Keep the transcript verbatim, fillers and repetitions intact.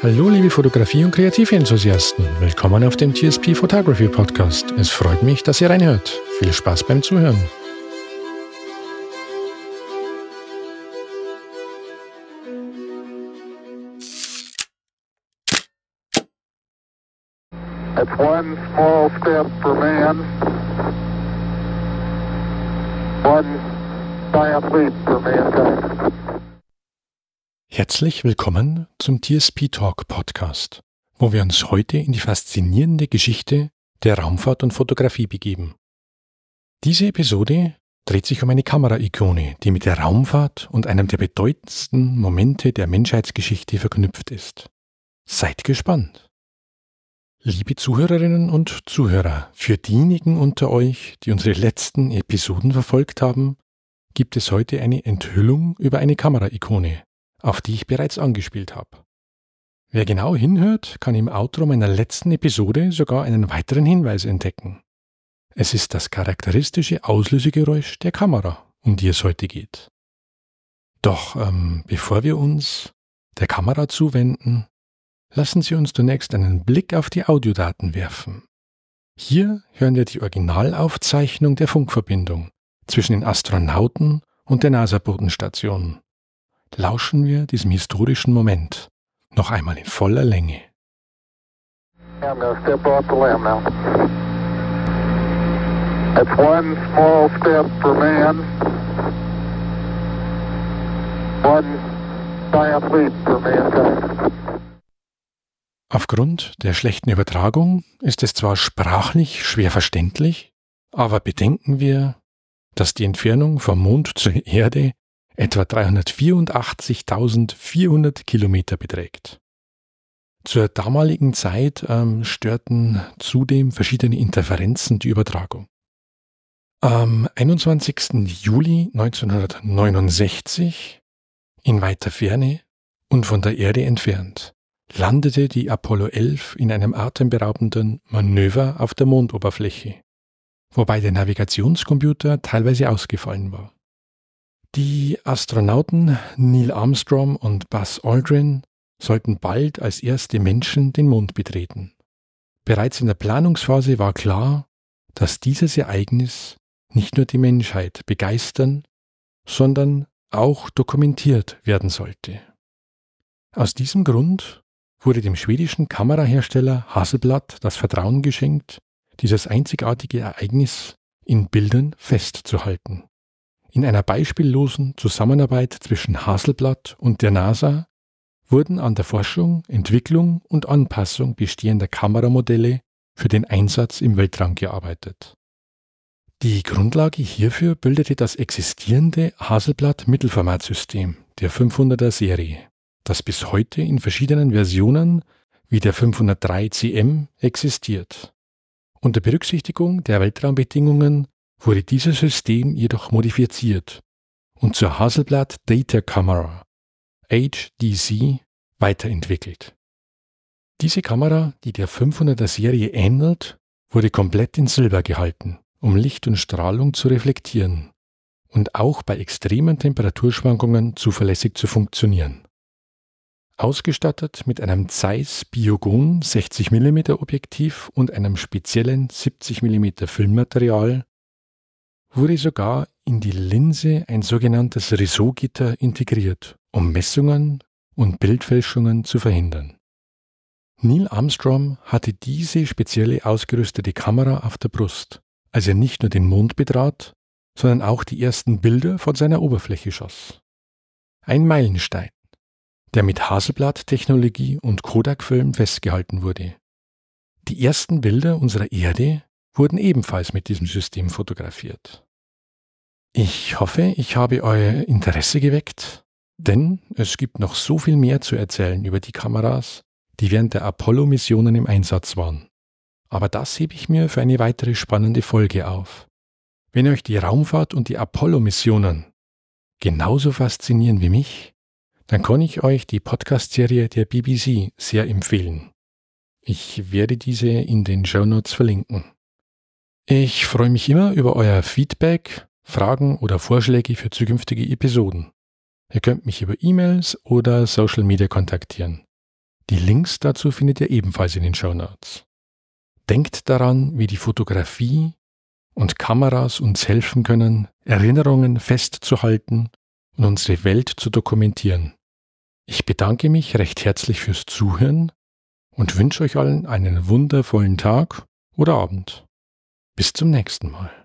Hallo liebe Fotografie- und Kreativenthusiasten, willkommen auf dem T S P Photography Podcast. Es freut mich, dass ihr reinhört. Viel Spaß beim Zuhören. It's one small step for man, one giant leap for mankind. Herzlich willkommen zum T S P Talk Podcast, wo wir uns heute in die faszinierende Geschichte der Raumfahrt und Fotografie begeben. Diese Episode dreht sich um eine Kamera-Ikone, die mit der Raumfahrt und einem der bedeutendsten Momente der Menschheitsgeschichte verknüpft ist. Seid gespannt! Liebe Zuhörerinnen und Zuhörer, für diejenigen unter euch, die unsere letzten Episoden verfolgt haben, gibt es heute eine Enthüllung über eine Kamera-Ikone, auf die ich bereits angespielt habe. Wer genau hinhört, kann im Outro meiner letzten Episode sogar einen weiteren Hinweis entdecken. Es ist das charakteristische Auslösegeräusch der Kamera, um die es heute geht. Doch ähm, bevor wir uns der Kamera zuwenden, lassen Sie uns zunächst einen Blick auf die Audiodaten werfen. Hier hören wir die Originalaufzeichnung der Funkverbindung zwischen den Astronauten und der NASA-Bodenstation. Lauschen wir diesem historischen Moment noch einmal in voller Länge. I'm going to step off the limb now. It's one small step for man, one giant leap for mankind. Aufgrund der schlechten Übertragung ist es zwar sprachlich schwer verständlich, aber bedenken wir, dass die Entfernung vom Mond zur Erde etwa dreihundertvierundachtzigtausendvierhundert Kilometer beträgt. Zur damaligen Zeit ähm, störten zudem verschiedene Interferenzen die Übertragung. Am einundzwanzigsten Juli neunzehnhundertneunundsechzig, in weiter Ferne und von der Erde entfernt, landete die Apollo elf in einem atemberaubenden Manöver auf der Mondoberfläche, wobei der Navigationscomputer teilweise ausgefallen war. Die Astronauten Neil Armstrong und Buzz Aldrin sollten bald als erste Menschen den Mond betreten. Bereits in der Planungsphase war klar, dass dieses Ereignis nicht nur die Menschheit begeistern, sondern auch dokumentiert werden sollte. Aus diesem Grund wurde dem schwedischen Kamerahersteller Hasselblad das Vertrauen geschenkt, dieses einzigartige Ereignis in Bildern festzuhalten. In einer beispiellosen Zusammenarbeit zwischen Hasselblad und der NASA wurden an der Forschung, Entwicklung und Anpassung bestehender Kameramodelle für den Einsatz im Weltraum gearbeitet. Die Grundlage hierfür bildete das existierende Hasselblad-Mittelformatsystem der fünfhunderter Serie, das bis heute in verschiedenen Versionen wie der fünfhundertdrei C M existiert. Unter Berücksichtigung der Weltraumbedingungen wurde dieses System jedoch modifiziert und zur Hasselblad Data Camera, H D C, weiterentwickelt. Diese Kamera, die der fünfhunderter Serie ähnelt, wurde komplett in Silber gehalten, um Licht und Strahlung zu reflektieren und auch bei extremen Temperaturschwankungen zuverlässig zu funktionieren. Ausgestattet mit einem Zeiss Biogon sechzig Millimeter Objektiv und einem speziellen siebzig Millimeter Filmmaterial wurde sogar in die Linse ein sogenanntes Réseau-Gitter integriert, um Messungen und Bildfälschungen zu verhindern. Neil Armstrong hatte diese spezielle ausgerüstete Kamera auf der Brust, als er nicht nur den Mond betrat, sondern auch die ersten Bilder von seiner Oberfläche schoss. Ein Meilenstein, der mit Hasselblad-Technologie und Kodak-Film festgehalten wurde. Die ersten Bilder unserer Erde wurden ebenfalls mit diesem System fotografiert. Ich hoffe, ich habe euer Interesse geweckt, denn es gibt noch so viel mehr zu erzählen über die Kameras, die während der Apollo-Missionen im Einsatz waren. Aber das hebe ich mir für eine weitere spannende Folge auf. Wenn euch die Raumfahrt und die Apollo-Missionen genauso faszinieren wie mich, dann kann ich euch die Podcast-Serie der B B C sehr empfehlen. Ich werde diese in den Shownotes verlinken. Ich freue mich immer über euer Feedback, Fragen oder Vorschläge für zukünftige Episoden. Ihr könnt mich über E-Mails oder Social Media kontaktieren. Die Links dazu findet ihr ebenfalls in den Shownotes. Denkt daran, wie die Fotografie und Kameras uns helfen können, Erinnerungen festzuhalten und unsere Welt zu dokumentieren. Ich bedanke mich recht herzlich fürs Zuhören und wünsche euch allen einen wundervollen Tag oder Abend. Bis zum nächsten Mal.